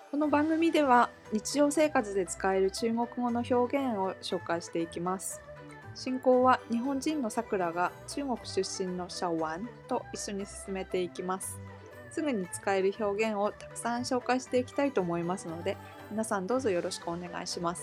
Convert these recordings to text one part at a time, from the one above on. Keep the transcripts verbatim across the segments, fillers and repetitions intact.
この番組では日常生活で使える中国語の表現を紹介していきます。進行は日本人のさくらが中国出身のシャオワンと一緒に進めていきます。すぐに使える表現をたくさん紹介していきたいと思いますので、皆さんどうぞよろしくお願いします。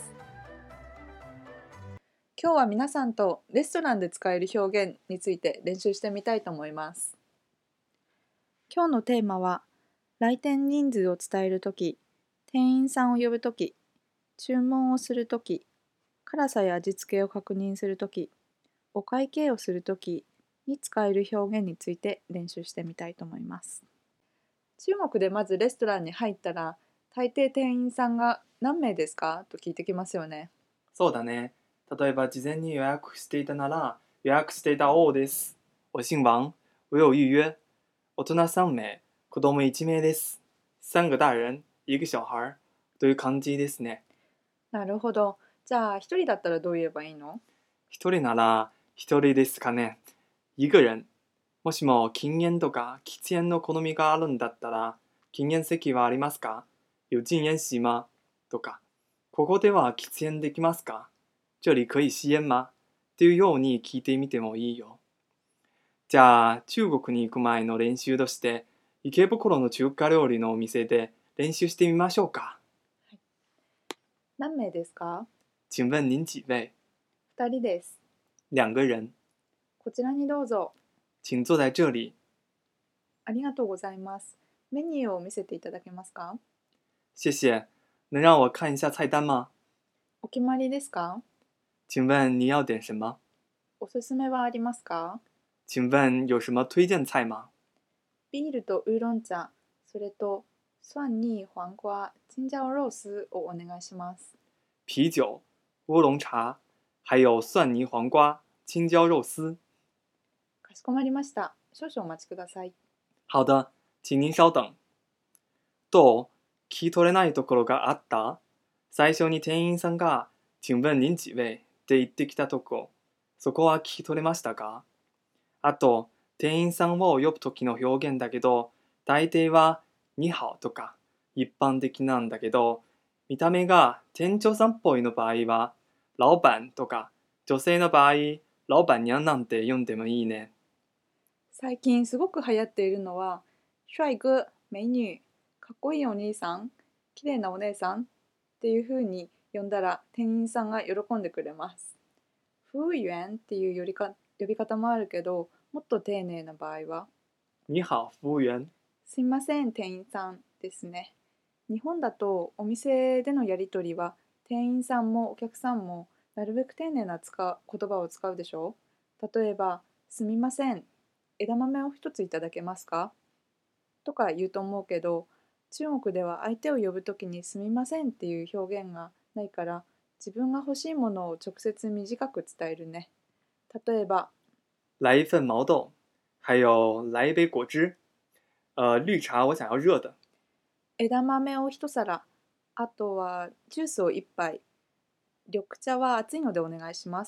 今日は皆さんとレストランで使える表現について練習してみたいと思います。今日のテーマは、来店人数を伝えるとき、店員さんを呼ぶとき、注文をするとき、辛さや味付けを確認するとき、お会計をするときに使える表現について練習してみたいと思います。中国でまずレストランに入ったら、大抵店員さんが何名ですかと聞いてきますよね。 そうだね。例えば事前に予約していたなら、予約していた王です。我姓王。我有预约。大人さん名、子供いち名です。三个大人、一个小孩という感じですね。 なるほど。じゃあ一人だったらどう言えばいいの？ 一人なら一人ですかね。一个人。もしも禁煙とか喫煙の好みがあるんだったら、禁煙席はありますか？有禁煙席吗？とか、ここでは喫煙できますか？这里可以吸煙吗？っていうように聞いてみてもいいよ。じゃあ、中国に行く前の練習として、池袋の中華料理のお店で練習してみましょうか。 何名ですか？ 请问您几位？ 二人です。 两个人。 こちらにどうぞ。 请坐在这里。 ありがとうございます。メニューを見せていただけますか？ 谢谢。能让我看一下菜单吗？ お決まりですか？ 请问你要点什么？ おすすめはありますか？ 请问有什么推荐菜吗？ ビールとウーロン茶、それと蒜泥黄瓜青椒肉丝をお願いします。 啤酒、乌龙茶，还有蒜泥黄瓜、青椒肉丝。 かしこまりました。少々お待ちください。 好的，请您稍等。どう？聞き取れないところがあった？最初に店員さんが、请問您几位って言ってきたとこ、そこは聞き取れましたか？あと、店員さんを呼ぶときの表現だけど、大抵は、に好とか、一般的なんだけど、見た目が店長さんっぽいの場合は、老板とか、女性の場合、老板娘なんて読んでもいいね。 最近すごく流行っているのは、帅哥、美女、かっこいいお兄さん、綺麗なお姉さんっていう風に呼んだら店員さんが喜んでくれます。服務員っていう呼びか呼び方もあるけど、もっと丁寧な場合は、 你好、服務員。 すいません、店員さんですね。日本だとお店でのやり取りは店員さんもお客さんもなるべく丁寧な使う言葉を使うでしょう。例えば、すみません、枝豆を一ついただけますかとか言うと思うけど、中国では相手を呼ぶときにすみませんっていう表現がないから、自分が欲しいものを直接短く伝えるね。例えば、 来一份毛豆，还有来一杯果汁。呃，绿茶我想要热的。 枝豆を一皿、あとはジュースを一杯、緑茶は熱いのでお願いします。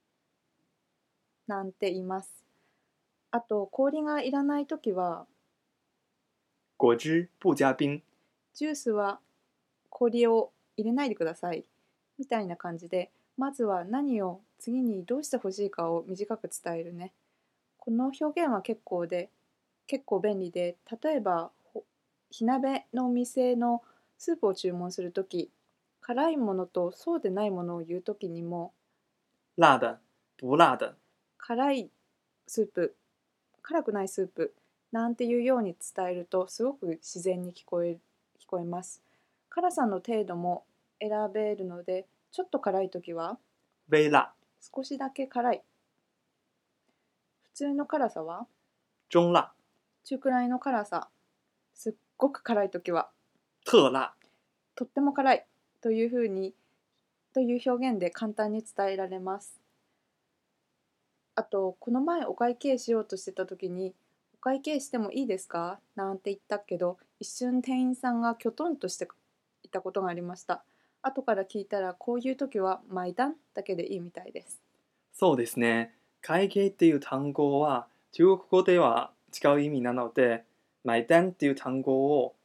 なんて言います。あと、氷がいらないときは、 果汁不加冰。 ジュースは氷を入れないでください。みたいな感じで、まずは何を次にどうしてほしいかを短く伝えるね。この表現は結構で、結構便利で、例えば、火鍋のお店のスープを注文するとき、辛いものとそうでないものを言うときにも、 辣的、不辣的。 辛いスープ、辛くないスープなんていうように伝えるとすごく自然に聞こえ聞こえます。辛さの程度も選べるので、ちょっと辛いときは微辣。 少しだけ辛い。普通の辛さは中辣。 中くらいの辛さ。すっごく辛いときは特辣。 とっても辛いというふうにという表現で簡単に伝えられます。あと、この前お会計しようとしてた時に、お会計してもいいですかなんて言ったけど、一瞬店員さんがきょとんとしていたことがありました。後から聞いたら、こういう時は毎段だけでいいみたいです。 そうですね。会計っていう単語は中国語では違う意味なので、买单っていう単語を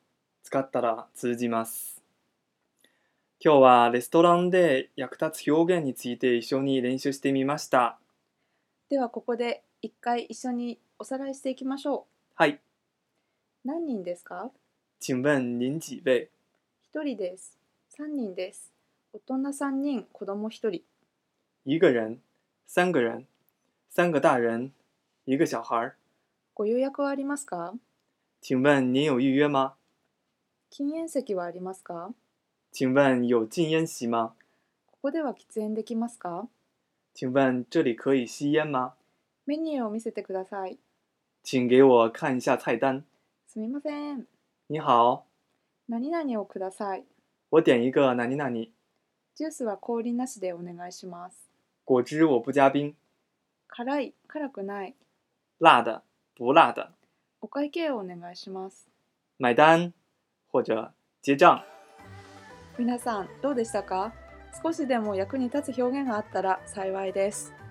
使ったら通じます。今日はレストランで役立つ表現について一緒に練習してみました。 ではここで一回一緒におさらいしていきましょはい。 う。何人ですか？ 请问您几位？ 一人です。三人です。大人三人、子供一人。 一个人、三个人、三个大人、一个小孩。 ご予約はありますか？ 请问您有预约吗？ 禁煙席はありますか？ 请问有禁烟席吗？ ここでは喫煙できますか？ 请问这里可以吸烟吗？ メニューを見せてください。 请给我看一下菜单。 すみません。 你好， 何々をください。 我点一个哪里哪里。 ジュースは氷なしでお願いします。 果汁我不加冰。 辛い、辛くない。 辣的不辣的。 お会計をお願いします。 买单或者结账。 皆さんどうでしたか？少しでも役に立つ表現があったら幸いです。